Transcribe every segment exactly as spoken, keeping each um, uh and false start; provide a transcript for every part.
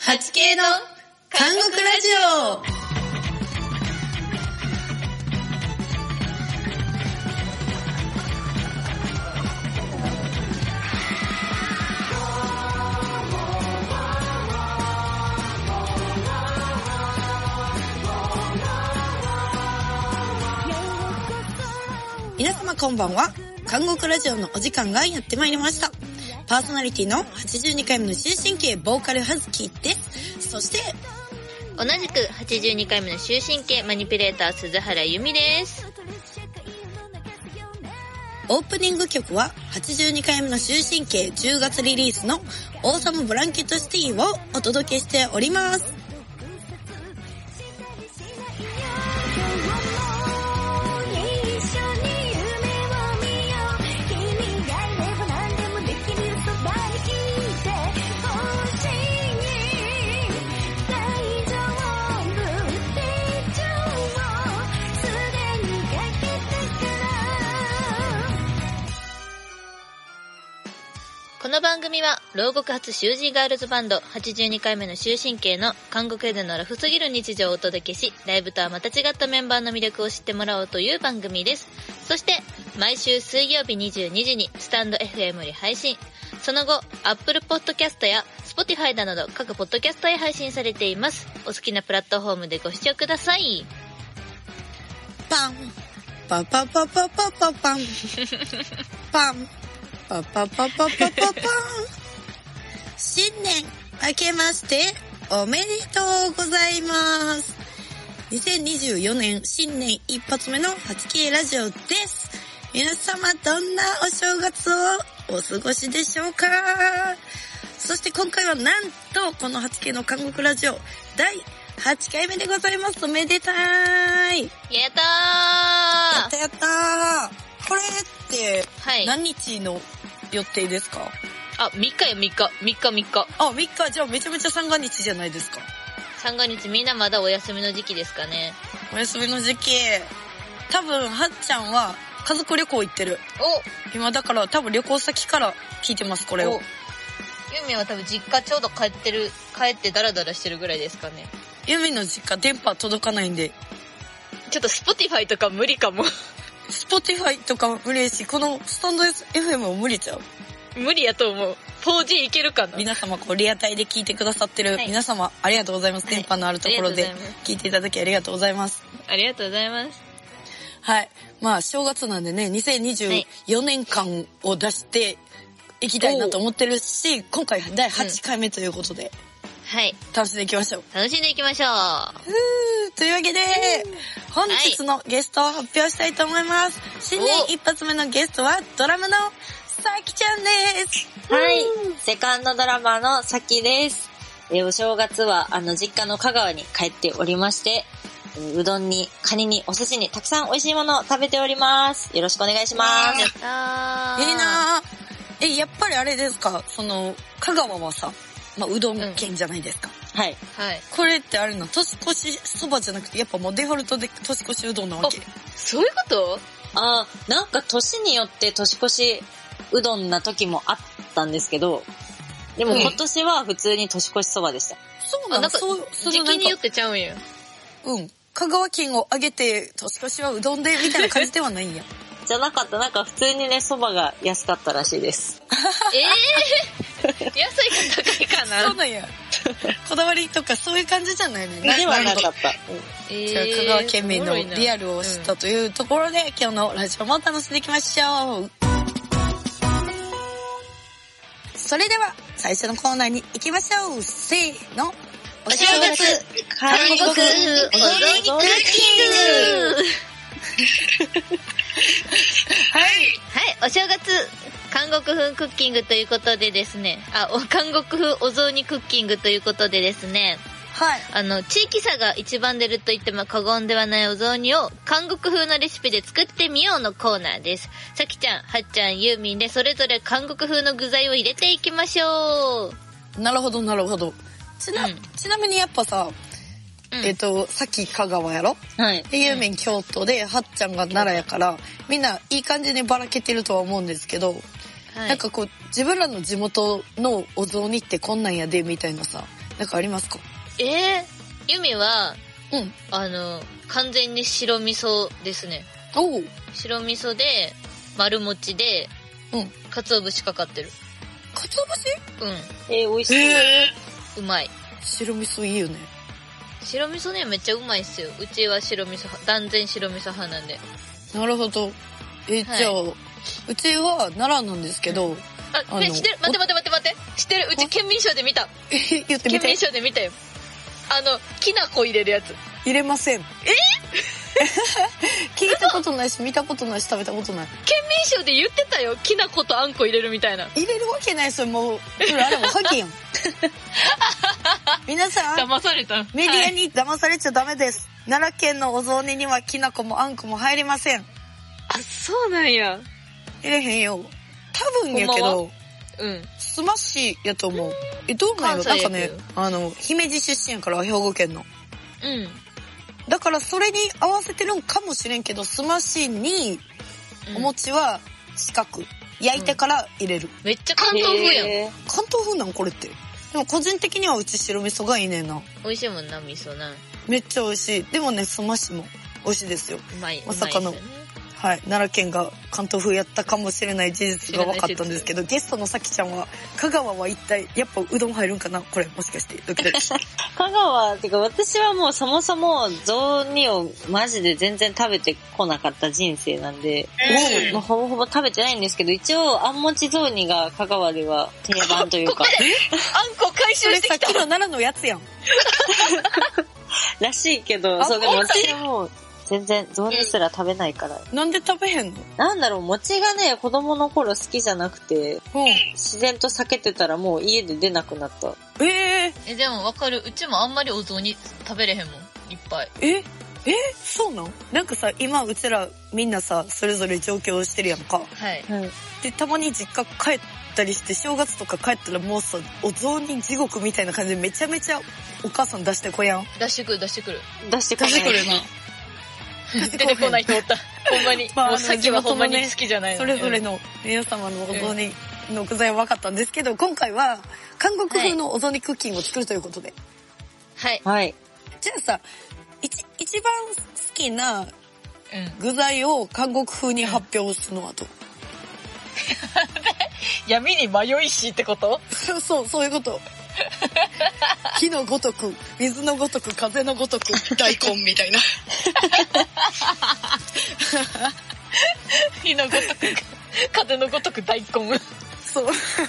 はち系の韓国ラジオ。皆様こんばんは。韓国ラジオのお時間がやってまいりました。パーソナリティのはちじゅうにかいめの終身刑ボーカルはずきです。そして同じくはちじゅうにかいめの終身刑マニピュレーター鈴原由美です。 オープニング曲ははちじゅうにかいめの終身刑じゅうがつリリースのオーサムブランケットシティをお届けしております。 この番組は牢獄発囚人ガールズバンドはちじゅうにかいめの終身刑の韓国でのラフすぎる日常をお届けし、ライブとはまた違ったメンバーの魅力を知ってもらおうという番組です。そして毎週水曜日にじゅうにじにスタンド エフエム より配信、その後 Apple Podcast や Spotify など各ポッドキャストへ配信されています。お好きなプラットフォームでご視聴ください。 パンパパパパパパパンパンパパパパパパパン。新年明けましておめでとうございます。にせんにじゅうよねん新年一発目のはち系ラジオです。皆様どんなお正月をお過ごしでしょうか。そして今回はなんとこのはち系の韓国ラジオだいはちかいめでございます。おめでたーい。 やったー。 やったやったー。これって何日の予定ですか？ あ、みっかよ、みっか。みっかみっか。 あ、みっか。じゃあめちゃめちゃ三が日じゃないですか。 三が日、みんなまだお休みの時期ですかね。 お休みの時期。多分、はっちゃんは家族旅行行ってる。 お今だから多分旅行先から聞いてます、これを。 ユミは多分実家ちょうど帰ってる、帰ってダラダラしてるぐらいですかね。 ユミの実家電波届かないんで。 ちょっと Spotify とか無理かも。 Spotify とか無理し、このスタンド エフエム も無理ちゃう？ 無理やと思う。フォージー いけるかな。 皆様こうリアタイで聞いてくださってる皆様、はい、ありがとうございます。電波のあるところで聞いていただきありがとうございます。 ありがとうございます。 はい。まあ正月なんでね、にせんにじゅうよねんかんを出していきたいなと思ってるし、今回だいはちかいめということで、うん、はい。楽しんでいきましょう。 楽しんでいきましょう。 ふーというわけで、本日のゲストを発表したいと思います。新年一発目のゲストはドラムのさきちゃんです。 はい。セカンドドラマーのさきです。えお正月はあの実家の香川に帰っておりまして、うどんにカニにお寿司にたくさん美味しいものを食べております。よろしくお願いします。 やったー。 いいなー。え、やっぱりあれですか、その香川はさ、まあ、うどん県じゃないですか。 うん、はい。 はい。 これってあれな、年越しそばじゃなくて、やっぱもうデフォルトで年越しうどんなわけ。 そういうこと？ あー、なんか年によって年越しうどんな時もあったんですけど、でも今年は普通に年越しそばでした。 そうなの？なんかそう時期によってちゃうんや。 うん。香川県を挙げて年越しはうどんでみたいな感じではないんや。 じゃなかった。なんか普通にね、そばが安かったらしいです。 えー、安いか高いかな。 そうなんや。こだわりとかそういう感じじゃないのね。 ではなかった。 うん、じゃあ香川県民のリアルを知ったというところで、うん、今日のラジオも楽しんでいきましょう。それでは最初のコーナーに行きましょう。せーの。 お正月韓国風お雑煮クッキング。はい。はい、お正月韓国風クッキングということでですね、あ、韓国風お雑煮クッキングということでですね、 はい。 あの、地域差が一番出ると言っても過言ではないお雑煮を韓国風のレシピで作ってみようのコーナーです。さきちゃん、はっちゃん、ユーミンでそれぞれ韓国風の具材を入れていきましょう。なるほど、なるほど。ちな、うん、ちなみにやっぱさ、うん、えっ、ー、と、さっき香川やろ？ はい。 で、ユーミン京都で、はっちゃんが奈良やから、みんないい感じにばらけてるとは思うんですけど、はい、なんかこう、自分らの地元のお雑煮ってこんなんやで、みたいなさ、 なんかありますか？ えー、ユミは、 うん。 あの、完全に白味噌ですね。 おう。 白味噌で、丸餅で、 うん。 鰹節かかってる。 鰹節？ うん。 えー、美味しそう。 えうまい。 白味噌いいよね。 白味噌ね、めっちゃうまいっすよ。うちは白味噌、断然白味噌派なんで。 なるほど。え、 はいじゃあ、うちは奈良なんですけど、 あ、 あのね、知ってる？待って待って待って待って。知ってる？うち県民賞で見た。 え、言ってみて。 県民賞で見たよ。あの、きな粉入れるやつ。 入れません。え聞いたことないし、見たことないし、食べたことない。 県民賞で言ってたよ。きな粉とあんこ入れるみたいな。 入れるわけない、それもう、それあれもハキやん。皆さん、 騙された。 メディアに騙されちゃダメです。はい、奈良県のお雑煮にはきな粉もあんこも入りません。 あ、そうなんや。 入れへんよ。多分やけど、 うん。 スマッシーやと思う。え、どうなんやろ？なんかね、あの、姫路出身やから、兵庫県の。 うん。 だからそれに合わせてるんかもしれんけど、スマッシーに、お餅は四角。焼いてから入れる。 めっちゃ関東風やん。 関東風なんこれって。でも個人的にはうち白味噌がいいねんな。 美味しいもんな、味噌な。 めっちゃ美味しい。でもね、スマッシュも美味しいですよ。 うまい。 まさかの、ね、はい、奈良県が関東風やったかもしれない事実が分かったんですけど、ゲストのさきちゃんは、香川は一体、やっぱうどん入るんかな？これ、もしかして、ドキドキ。 香川、ってか私はもうそもそも雑煮をマジで全然食べてこなかった人生なんで、 うん、 もうほぼほぼ食べてないんですけど、一応、あんもち雑煮が香川では定番というか。 あんこ回収してきた。 さっきの奈良のやつやん。 らしいけど、そうでも私はもう、全然雑煮すら食べないから。 なんで食べへんの？ なんだろう、餅がね、子供の頃好きじゃなくて、 うん、 自然と避けてたらもう家で出なくなった。 えー、 え、でもわかる。うちもあんまりお雑煮食べれへんもん。いっぱい。 ええそうなん？なんかさ、今うちらみんなさ、それぞれ上京してるやんか。 はい。 で、たまに実家帰ったりして、正月とか帰ったらもうさ、お雑煮地獄みたいな感じでめちゃめちゃお母さん出してこやん。 出してくる出してくる。 出してこない。 出してくるな。 出てこない人おった。ほんまに。 まあ、 もうさっきはほんまに好きじゃないの。 それぞれの皆様のお雑煮の具材は分かったんですけど、今回は韓国風のお雑煮クッキングを作るということで。 はい。 はい。 じゃあさ、一、一番好きなうん。 具材を韓国風に発表するのはどう？ 闇に迷いしってこと？ そう、そういうこと。火のごとく、水のごとく、風のごとく、大根みたいな。 火のごとく、風のごとく大根。 そう。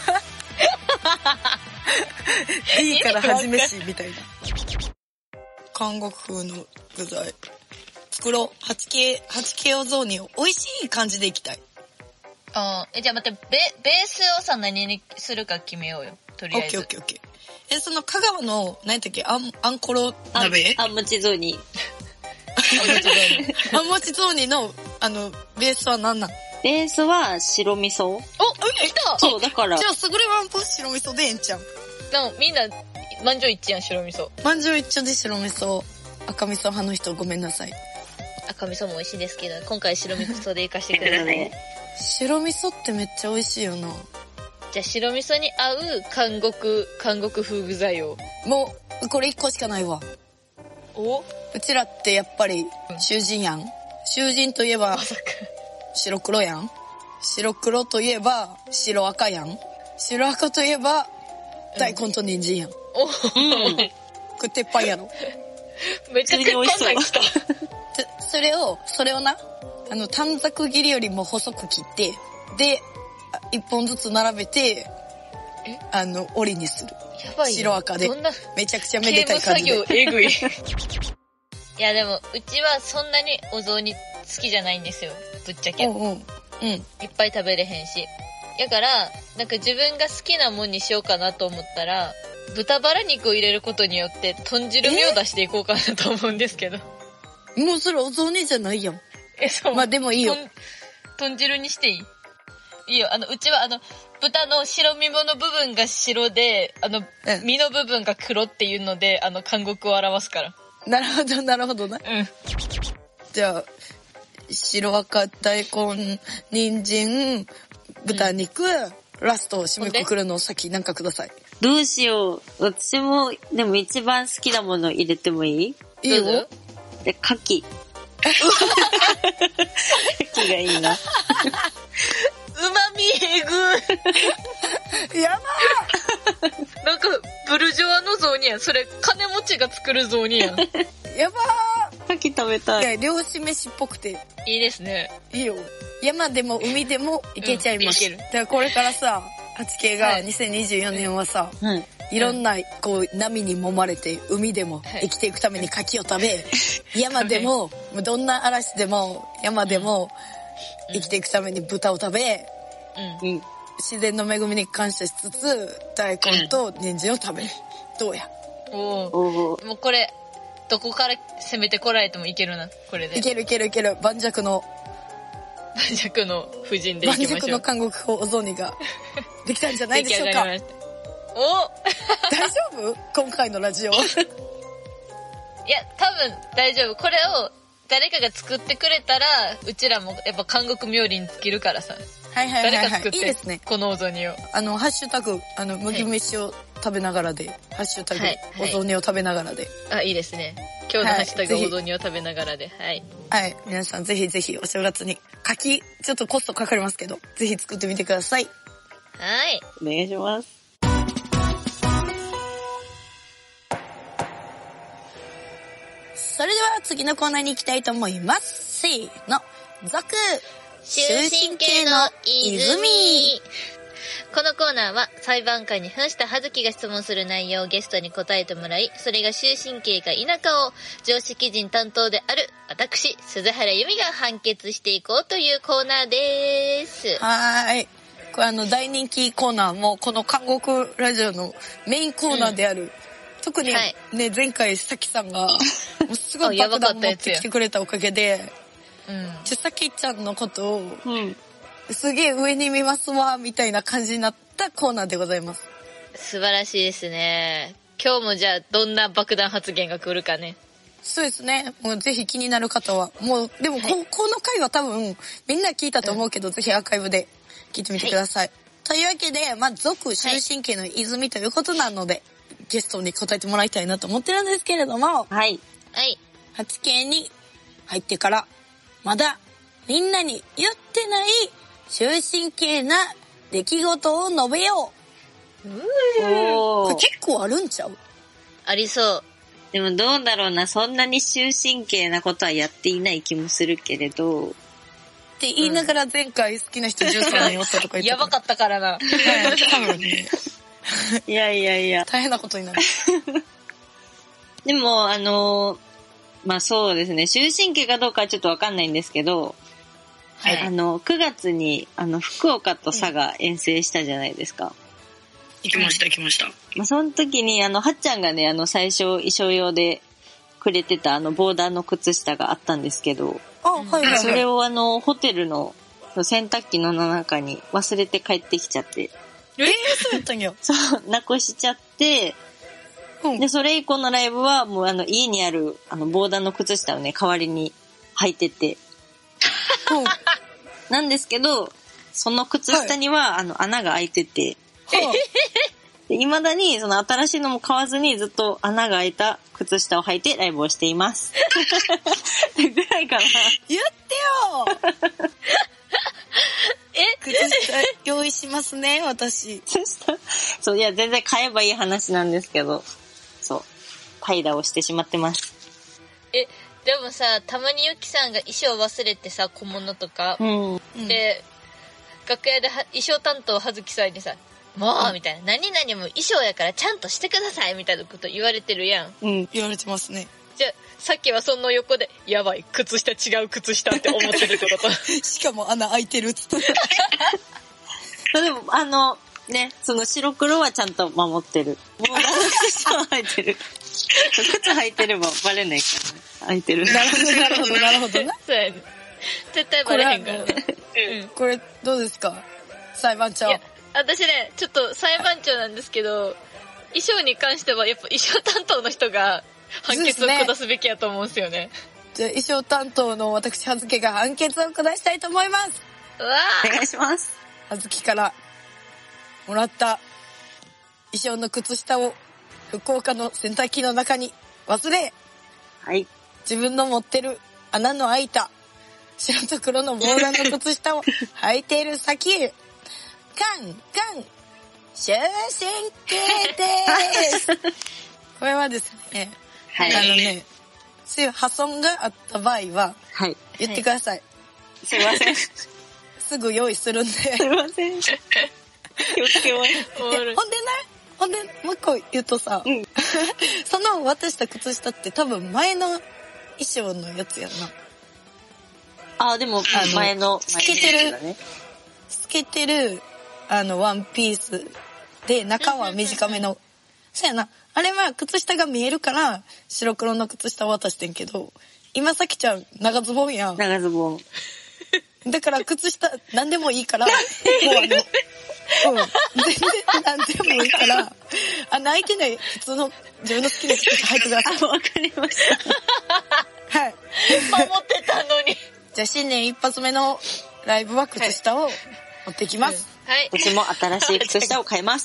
いいから始めし、みたいな。韓国風の具材。作ろう。はちケー、はちケー お雑煮を美味しい感じでいきたい。 あー、え、じゃあ待って、ベ、ベースをさ、何にするか決めようよ。とりあえず。 オッケーオッケーオッケー。え、その香川の、何やったっけ、あん、あんころ鍋？ あんもち雑煮。 あんもち雑煮の、あの、ベースは何なん？ ベースは白味噌。 お、来た！ そう、だから。 じゃあ、すぐれワンポ白味噌でええんちゃう？ なみんな、満場一致やん、白味噌。 満場一致で白味噌。赤味噌派の人ごめんなさい。 赤味噌も美味しいですけど、今回白味噌でいかしてください。 白味噌ってめっちゃ美味しいよな。 じゃあ白味噌に合う韓国、韓国風具材を。 もう、これ一個しかないわ。 お？ うちらってやっぱり、囚人やん。囚人といえば、 まさか。 白黒やん。白黒といえば、白赤やん。白赤といえば、大根と人参やん。 お、 うん。 これ鉄板やろ。 めっちゃ鉄板なん来た。 それを、それをな、あの、短冊切りよりも細く切って、で、一本ずつ並べて、あの、折りにする。 やばい。 白赤で。めちゃくちゃめでたい感じで。 刑務作業えぐい。いやでも、うちはそんなにお雑煮好きじゃないんですよ。ぶっちゃけ。 うんうん。うん。 いっぱい食べれへんし。だから、なんか自分が好きなもんにしようかなと思ったら、豚バラ肉を入れることによって、豚汁味を出していこうかなと思うんですけど。 もうそれお雑煮じゃないやん。 え、そう。 まあでもいいよ。 豚汁にしていい？いいよ。あの、うちはあの、豚の白身の部分が白で、あの、 うん、 身の部分が黒っていうので、あの、韓国を表すから。 なるほど、なるほどな。 うん。 じゃあ、白赤、大根、人参、豚肉、うん、ラスト締めくくるのを先なんかください。 どうしよう。私も、でも一番好きなもの入れてもいい？ いいよ。 で、牡蠣。牡蠣がいいな。 うまみえぐ。 やばなんか、ブルジョワの雑煮やん。それ、金持ちが作る雑煮やん。 ーやば牡蠣食べたーいい。 や、漁師飯っぽくていいですね。 いいよ。山でも海でも行けちゃいます。 うんいけるだからこれからさ、はちケーがはいにせんにじゅうよねんはさ、 はい。 いろんな、こう、波に揉まれて、海でもはい生きていくために牡蠣を食べ、山でも、もうどんな嵐でも、山でも、生きていくために豚を食べ、 うん。 うん。 自然の恵みに感謝しつつ、大根と人参を食べる。どうや？ おお。 おー。 もうこれ、どこから攻めてこられてもいけるな、これで。 いけるいけるいける。盤石の、 盤石の夫人でい盤石きましょう。 の韓国風お雑煮ができたんじゃないでしょうか。 出来上がりました。お大丈夫？今回のラジオ。 いや、多分大丈夫。これを誰かが作ってくれたら、うちらもやっぱ韓国冥利に尽きるからさ。 はいはいはいはい。 誰か作って、 いいですね。 このお雑煮を。 あの、ハッシュタグ、あの、麦飯を食べながらで、ハッシュタグはい、 お雑煮を食べながらで。 あ、いいですね。今日のはいハッシュタグぜひお雑煮を食べながらで。はい。 はい。皆さんぜひぜひお正月に、柿、ちょっとコストかかりますけど、ぜひ作ってみてください。 はい。 お願いします。 それでは次のコーナーに行きたいと思います。せーの。続終身系の泉。このコーナーは裁判官に扮した葉月が質問する内容をゲストに答えてもらい、それが終身刑か否かを常識人担当である私、鈴原由美が判決していこうというコーナーです。 はーい。これあの大人気コーナーも、この韓国ラジオのメインコーナーである、うん、特にね、 はい前回さきさんが、もうすごい爆弾持ってきてくれたおかげで、 うん。 ちょさきちゃんのことを、 うん。 すげえ上に見ますわ、みたいな感じになったコーナーでございます。 素晴らしいですね。今日もじゃあどんな爆弾発言が来るかね。 そうですね。もうぜひ気になる方は。もう、でもこ、はい、この回は多分みんな聞いたと思うけど、うん、ぜひアーカイブで聞いてみてください。はい、というわけで、まあ、続終身刑の泉ということなので、はい、ゲストに答えてもらいたいなと思ってるんですけれども、 はい。 はい。 はちケーに入ってから、まだみんなに言ってない終身刑な出来事を述べよう。 おー。 これ結構あるんちゃう？ ありそう。 でもどうだろうな、そんなに終身刑なことはやっていない気もするけれど。 って言いながら前回好きな人じゅうさんにんおったとか言ってた。 やばかったからな。 多分ね。 いやいやいや。 大変なことになる。 でも、あのー、まあそうですね、終身刑かどうかはちょっとわかんないんですけど、はい、あの、くがつに、あの、福岡と佐賀遠征したじゃないですか。うん、 行きました行きました。 まあその時に、あの、はっちゃんがね、あの、最初衣装用でくれてたあの、ボーダーの靴下があったんですけど、 あ、はいはいはい。 それをあの、ホテルの洗濯機の中に忘れて帰ってきちゃって。 えー、そうやったんや。 そう、なくしちゃって、うん、で、それ以降のライブはもうあの、家にあるあの、ボーダーの靴下をね、代わりに履いてて。うん、なんですけど、その靴下には、はい、あの、穴が開いてて、で未だにその新しいのも買わずにずっと穴が開いた靴下を履いてライブをしています。ぐらいかな。 言ってよえ靴下用意しますね、私。 そう、いや、全然買えばいい話なんですけど、そう、怠惰をしてしまってます。 え、でもさ、たまにゆきさんが衣装忘れてさ、小物とか、うん、で、楽屋で衣装担当はずきさんにさ、もう、みたいな、何々も衣装やからちゃんとしてくださいみたいなこと言われてるやん。 うん、言われてますね。 じゃあ、さっきはその横で、やばい、靴下違う靴下って思ってるってことしかも穴開いてるっつって。 でも、あの、ね、その白黒はちゃんと守ってる。もう、靴下は履いてる。靴履いてればバレないからね。履いてる。 なるほど、なるほど、なるほどな。 そうやね。絶対バレへんからね。 うん。これ、どうですか？裁判長。 いや、私ね、ちょっと裁判長なんですけど、衣装に関してはやっぱ衣装担当の人が判決を下すべきやと思うんですよね。 じゃあ衣装担当の私、はずきが判決を下したいと思います。 うわお願いします。 はずきからもらった衣装の靴下を福岡の洗濯機の中に忘れ、 はい。 自分の持ってる穴の開いた白と黒のボーダーの靴下を履いている先へ、カンカン終身刑です。これはですね、 はい。 あのね、そういう破損があった場合は、 はい。 言ってください。 はい、すいません。 すぐ用意するんで。すいません。気をつけます。 ほんでな、ほんで、もう一個言うとさ、うん、その渡した靴下って多分前の衣装のやつやな。 ああ、でも、あの前の、 透けてる、ね、透けてる、あの、ワンピースで、中は短めの。そうやな。あれは靴下が見えるから、白黒の靴下を渡してんけど、今さきちゃん、長ズボンやん。 長ズボン。 だから、靴下、何でもいいから、もうあの、うん、全然何でもいいから、あの、開いてない、普通の、自分の好きな靴下履いてください。 あ、わかりました。 はい。 守ってたのに。 じゃあ、新年一発目のライブは靴下を持ってきます。 はい。 うちも新しい靴下を買います。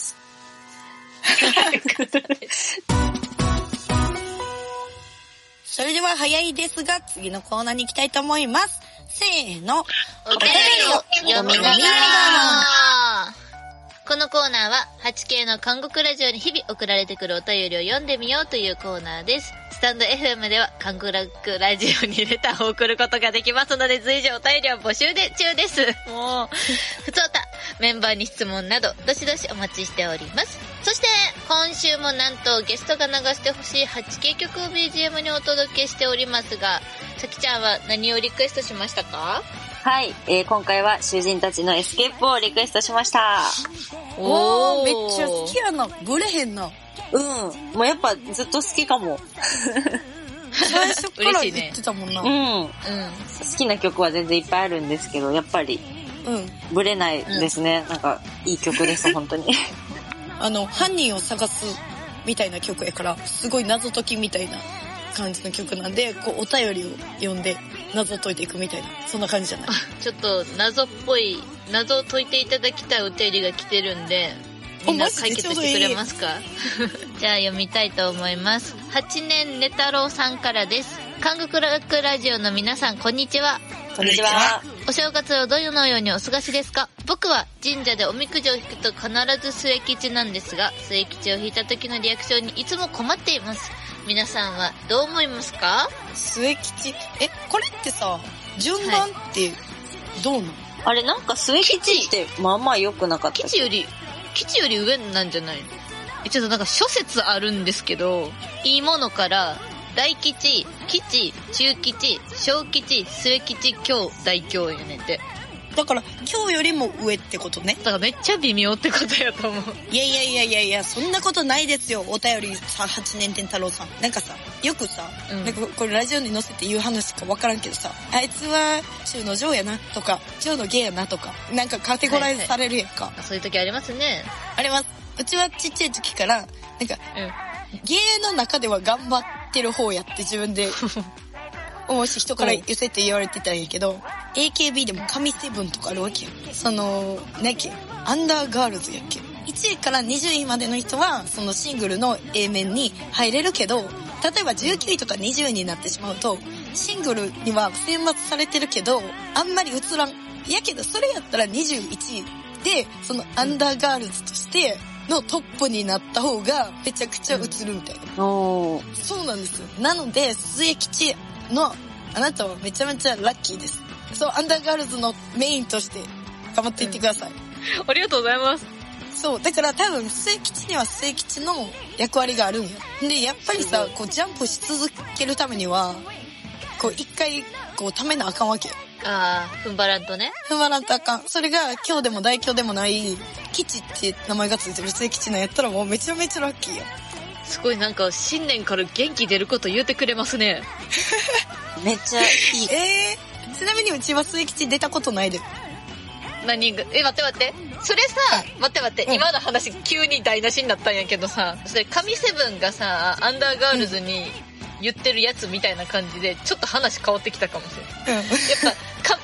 それでは早いですが、次のコーナーに行きたいと思います。せーの。 お便りを読みながら。このコーナーは はちケー の韓国ラジオに日々送られてくるお便りを読んでみようというコーナーです。スタンド エフエム では韓国ラジオにレターを送ることができますので、随時お便りを募集で中です。もう、ふつおた、メンバーに質問など、どしどしお待ちしております。そして、今週もなんとゲストが流してほしい はちケー 曲を ビージーエム にお届けしておりますが、さきちゃんは何をリクエストしましたか？ はい、えー、今回は囚人たちのエスケープをリクエストしました。 おー、めっちゃ好きやな。ブレへんな。 うん、もうやっぱずっと好きかも。 最初から言ってたもんな。 うん、うん。好きな曲は全然いっぱいあるんですけど、やっぱり、うん、ブレないですね。うん、なんか、いい曲です、本当に。 あの、犯人を探すみたいな曲やから、すごい謎解きみたいな感じの曲なんで、こう、お便りを読んで、謎解いていくみたいな、そんな感じじゃない？ ちょっと謎っぽい、謎を解いていただきたいお便りが来てるんで、みんな解決してくれますか？じゃあ読みたいと思います。はちねんね太郎さんからです。韓国ララジオの皆さん、こんにちは。 こんにちは。 お正月をどのようにお過ごしですか？僕は神社でおみくじを引くと必ず末吉なんですが、末吉を引いた時のリアクションにいつも困っています。皆さんはどう思いますか？ 末吉、え、これってさ、順番ってどうなの？はい、 あれなんか末吉ってまあまあ良くなかった。 吉より、吉より上なんじゃない？ちょっとなんか諸説あるんですけど、いいものから大吉、吉、中吉、小吉、末吉、今日、大凶やねんて。 だから今日よりも上ってことね。 だからめっちゃ微妙ってことやと思う。 いやいやいやいやいや、そんなことないですよ。お便りさ、はちねんてん太郎さん。なんかさ、よくさ、うん、なんかこれラジオに載せて言う話かわからんけどさ、あいつは中の上やなとか、上の下やなとか、なんかカテゴライズされるやんか。はいはい、そういう時ありますね。 あります。うちはちっちゃい時から、なんか、うん、芸の中では頑張ってる方やって自分で思うし、人から寄せて言われてたんやけど、エーケービー でも神セブンとかあるわけよ。その、何やっけ、アンダーガールズやっけ。いちいからにじゅういまでの人は、そのシングルの A 面に入れるけど、例えばじゅうきゅういとかにじゅういになってしまうと、シングルには選抜されてるけど、あんまり映らん。やけど、それやったらにじゅういちいで、そのアンダーガールズとして、のトップになった方がめちゃくちゃ映るみたいな。 おー。 そうなんですよ。なので、末吉のあなたはめちゃめちゃラッキーです。そう、アンダーガールズのメインとして頑張っていってください。うん、 ありがとうございます。 そう、だから多分末吉には末吉の役割があるんや。で、やっぱりさ、こうジャンプし続けるためには、こう一回こうためなあかんわけよ。 ああ、踏ん張らんとね。 踏ん張らんとあかん。それが今日でも大今日でもない吉って名前がついてる末吉なんやったらもうめちゃめちゃラッキーや。 すごいなんか新年から元気出ること言うてくれますね。 めっちゃいい。 えー、ちなみにうちは末吉出たことないで。 何が、え、待って待って。それさ、待って待って、うん、今の話急に台無しになったんやけどさ、それ神セブンがさ、アンダーガールズに言ってるやつみたいな感じで、ちょっと話変わってきたかもしれない。うん、やっぱ、か、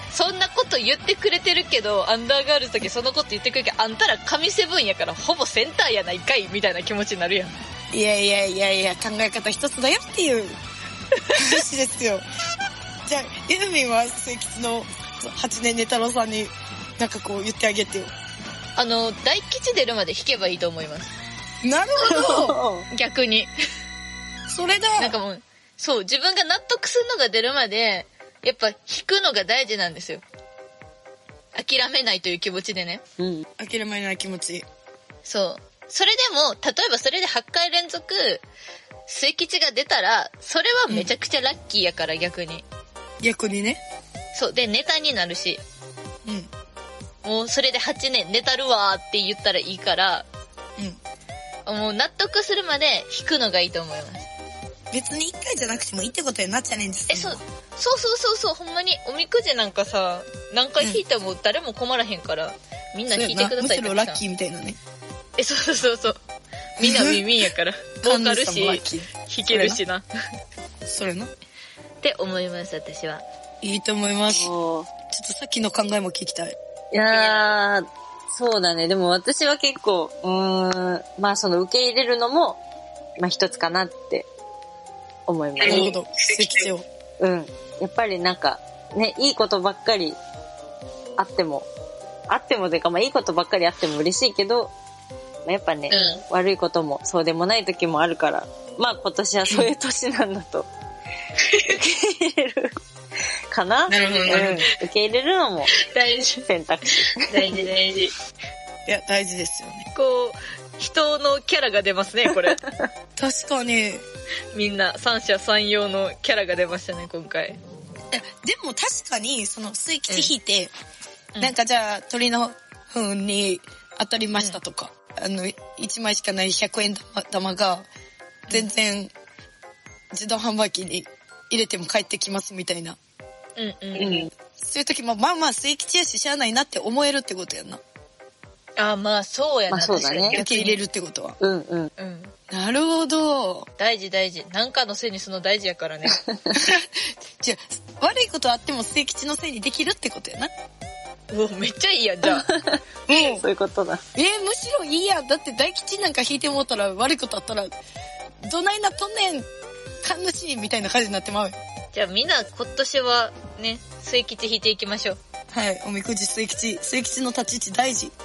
そんなこと言ってくれてるけど、アンダーガールズだけそのこと言ってくれるけど、あんたら神セブンやからほぼセンターやないかいみたいな気持ちになるやん。 いやいやいやいや、考え方一つだよっていう話ですよ。じゃあ、ユーミンは末吉のはちねんネ太郎さんになんかこう言ってあげてよ。 あの、大吉出るまで弾けばいいと思います。 なるほど逆に。 それだ。 なんかもう、そう、自分が納得するのが出るまで、やっぱ弾くのが大事なんですよ。諦めないという気持ちでね。 うん。諦めない気持ち。 そう。それでも、例えばそれではちかい連続、末吉が出たら、それはめちゃくちゃラッキーやから、逆に。 逆にね。 そう。で、ネタになるし。 うん。 もうそれではちねん寝たるわーって言ったらいいから、うん。もう納得するまで弾くのがいいと思います。 別にいっかいじゃなくてもいいってことやな、チャレンジするの。え、そう、そうそうそうそう、ほんまにおみくじなんかさ、何回弾いても誰も困らへんから、うん、みんな弾いてくださいって。 むしろラッキーみたいなね。 え、そうそうそうそう。みんなウィンウィンやから。儲かるし、弾けるしな。 それな。 って思います、私は。 いいと思います。ちょっとさっきの考えも聞きたい。 いやー、そうだね。でも私は結構、うーん、まあその受け入れるのも、まあ一つかなって思います。 なるほど。末吉を。 うん。やっぱりなんか、ね、いいことばっかりあっても、あってもというか、まあいいことばっかりあっても嬉しいけど、まあ、やっぱね、うん、悪いこともそうでもない時もあるから、まあ今年はそういう年なんだと、受け入れるかな。 なるほど、うん。 受け入れるのも大事。 選択肢。 大事大事。いや、大事ですよね。 こう、人のキャラが出ますね、これ。 確かに。 みんな三者三様のキャラが出ましたね、今回。 いや、でも確かに、その末吉引いて、うん、なんかじゃあ鳥の糞に当たりましたとか、うん、あの、いちまいしかないひゃくえん玉が、全然自動販売機に入れても返ってきますみたいな。 うんうんうん。 そういう時も、まあまあ末吉やししゃあないなって思えるってことやな。 あ、まあそうやな。 まあそうだね。 受け入れるってことは。 うんうん。 うん。 なるほど。 大事大事。なんかのせいにするの大事やからね。 じゃあ、悪いことあっても末吉のせいにできるってことやな。 うわ、めっちゃいいやん、じゃあ。 うん。そういうことだ。 えー、むしろいいやん。だって大吉なんか引いてもうたら悪いことあったら、どないなとんねん、神主みたいな感じになってまう。 じゃあみんな今年はね、末吉引いていきましょう。 はい、おみくじ末吉。末吉の立ち位置大事。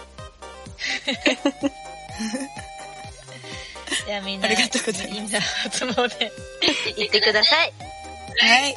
じゃあみんな、 ありがとうございます。 みんな初詣行ってください。 はい。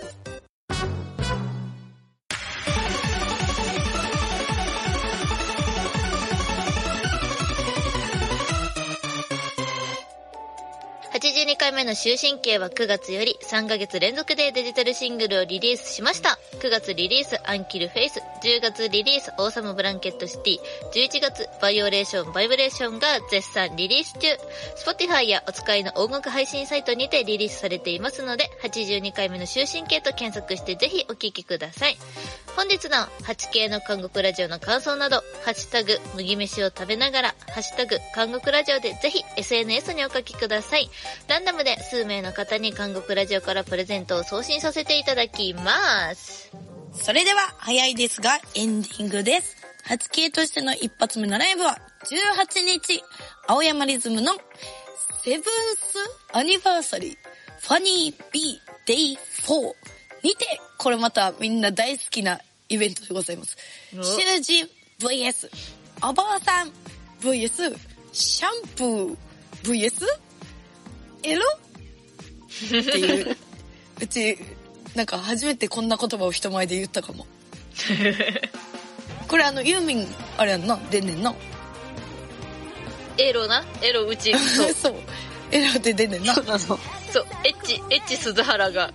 はちじゅうにかいめの終身刑はくがつよりさんかげつ連続でデジタルシングルをリリースしました。くがつリリースアンキルフェイス、じゅうがつリリースオーサムブランケットシティ、じゅういちがつバイオレーションバイブレーションが絶賛リリース中。Spotify やお使いの音楽配信サイトにてリリースされていますので、はちじゅうにかいめの終身刑と検索してぜひお聴きください。本日の はちケー の韓国ラジオの感想など、ハッシュタグ麦飯を食べながら、ハッシュタグ韓国ラジオでぜひ エスエヌエス にお書きください。ランダムで数名の方に韓国ラジオからプレゼントを送信させていただきます。 それでは早いですがエンディングです。はちケー としての一発目のライブはじゅうはちにち、青山リズムのセブンスアニバーサリーファニービーデイフォーにて、これまたみんな大好きなイベントでございます。囚人 ブイエス お坊さん ブイエス シャンプー ブイエス エロっていう、うちなんか初めてこんな言葉を人前で言ったかも。これあのユーミンあれやんな、出んねんな。 エロな、エロうちそうそうエロって出んねんな。 そうなの。そうエッチエッチ鈴原が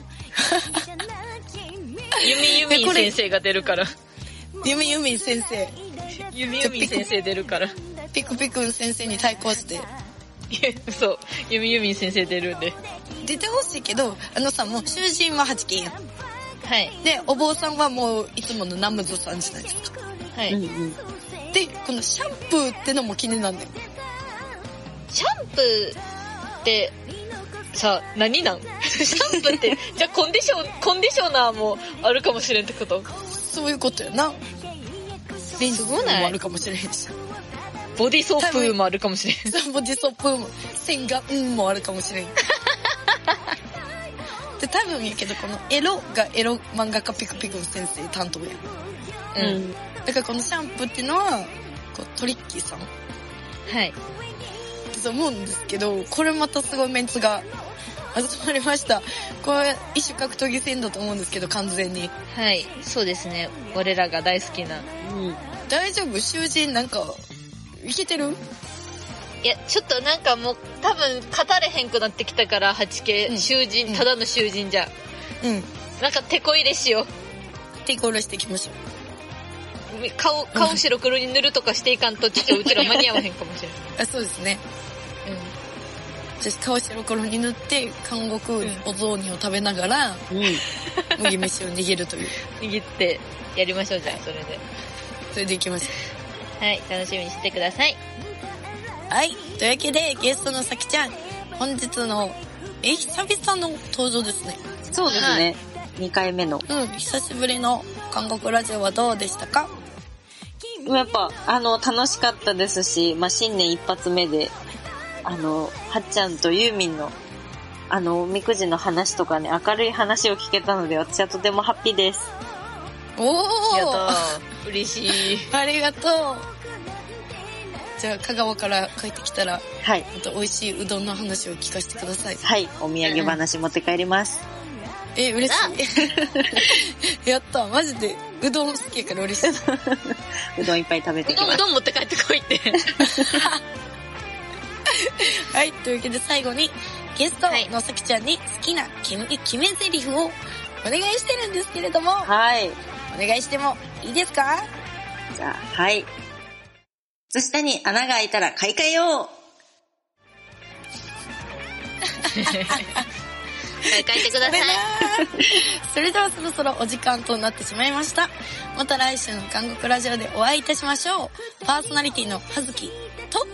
ユミユミン先生が出るから。 ユミユミン先生。 ユミユミン先生出るから。 ピクピク先生に対抗して。 そう、ユミユミン先生出るんで。 出てほしいけど、あのさ、もう囚人ははちけんやん。 はい。 で、お坊さんはもういつものナムズさんじゃないですか。 はい。 うんうん、 で、このシャンプーってのも気になるんだよ。 シャンプーって、 さあ、何なんシャンプーって、じゃあコンディション、コンディショナーもあるかもしれんってこと？ そういうことやな。レンズもあるかもしれへんし。 ボディソープもあるかもしれん。 ボディソープも、洗顔もあるかもしれん。で、多分やけど、このエロがエロ漫画家ピクピク先生担当や。 うん。 だからこのシャンプーっていうのは、こうトリッキーさん。 はい。 そう思うんですけど、これまたすごいメンツが集まりました。これ一種格闘技戦だと思うんですけど、完全に。 はい、そうですね。我らが大好きな。 うん。大丈夫？囚人なんか、いけてる？ いや、ちょっとなんかもう、多分、語れへんくなってきたから、はちケー、うん、囚人、ただの囚人じゃ。うん。なんか、手こ入れしよう。 手こ入れしていきましょう。顔、顔白黒に塗るとかしていかんと、ちょっとうちら間に合わへんかもしれない。 あ、そうですね。うん。じゃあ、顔白黒に塗って、監獄お雑煮を食べながら、うん。麦飯を握るという。 握って、やりましょう、じゃあ、それで。 それでいきましょう。はい、楽しみにしてください。 はい。というわけで、ゲストのさきちゃん、本日の、え、久々の登場ですね。 そうですね。はい、にかいめの。 うん、久しぶりの韓国ラジオはどうでしたか？ やっぱ、あの、楽しかったですし、まあ、新年一発目で、あの、はっちゃんとユーミンの、あの、おみくじの話とかね、明るい話を聞けたので、私はとてもハッピーです。 おー！ やったー。嬉しい。 ありがとう。じゃあ、香川から帰ってきたら、はい。また美味しいうどんの話を聞かせてください。 はい。お土産話持って帰ります。 うん、え、嬉しい。やった。マジで、うどん好きやから嬉しい。 うどんいっぱい食べてきます。 うどん持って帰ってこいって。 はい。というわけで最後に、ゲストのさきちゃんに好きな決め、決め台詞をお願いしてるんですけれども。 はい。 お願いしてもいいですか？ じゃあ、はい。靴下に穴が開いたら買い替えよう。 買い替えてください。 それではそろそろお時間となってしまいました。また来週の韓国ラジオでお会いいたしましょう。パーソナリティの葉月と、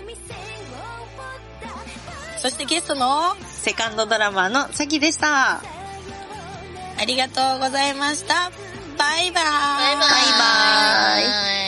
そしてゲストのセカンドドラマーのさきでした。 ありがとうございました。バイバーイ。 バイバーイ。バイバーイ。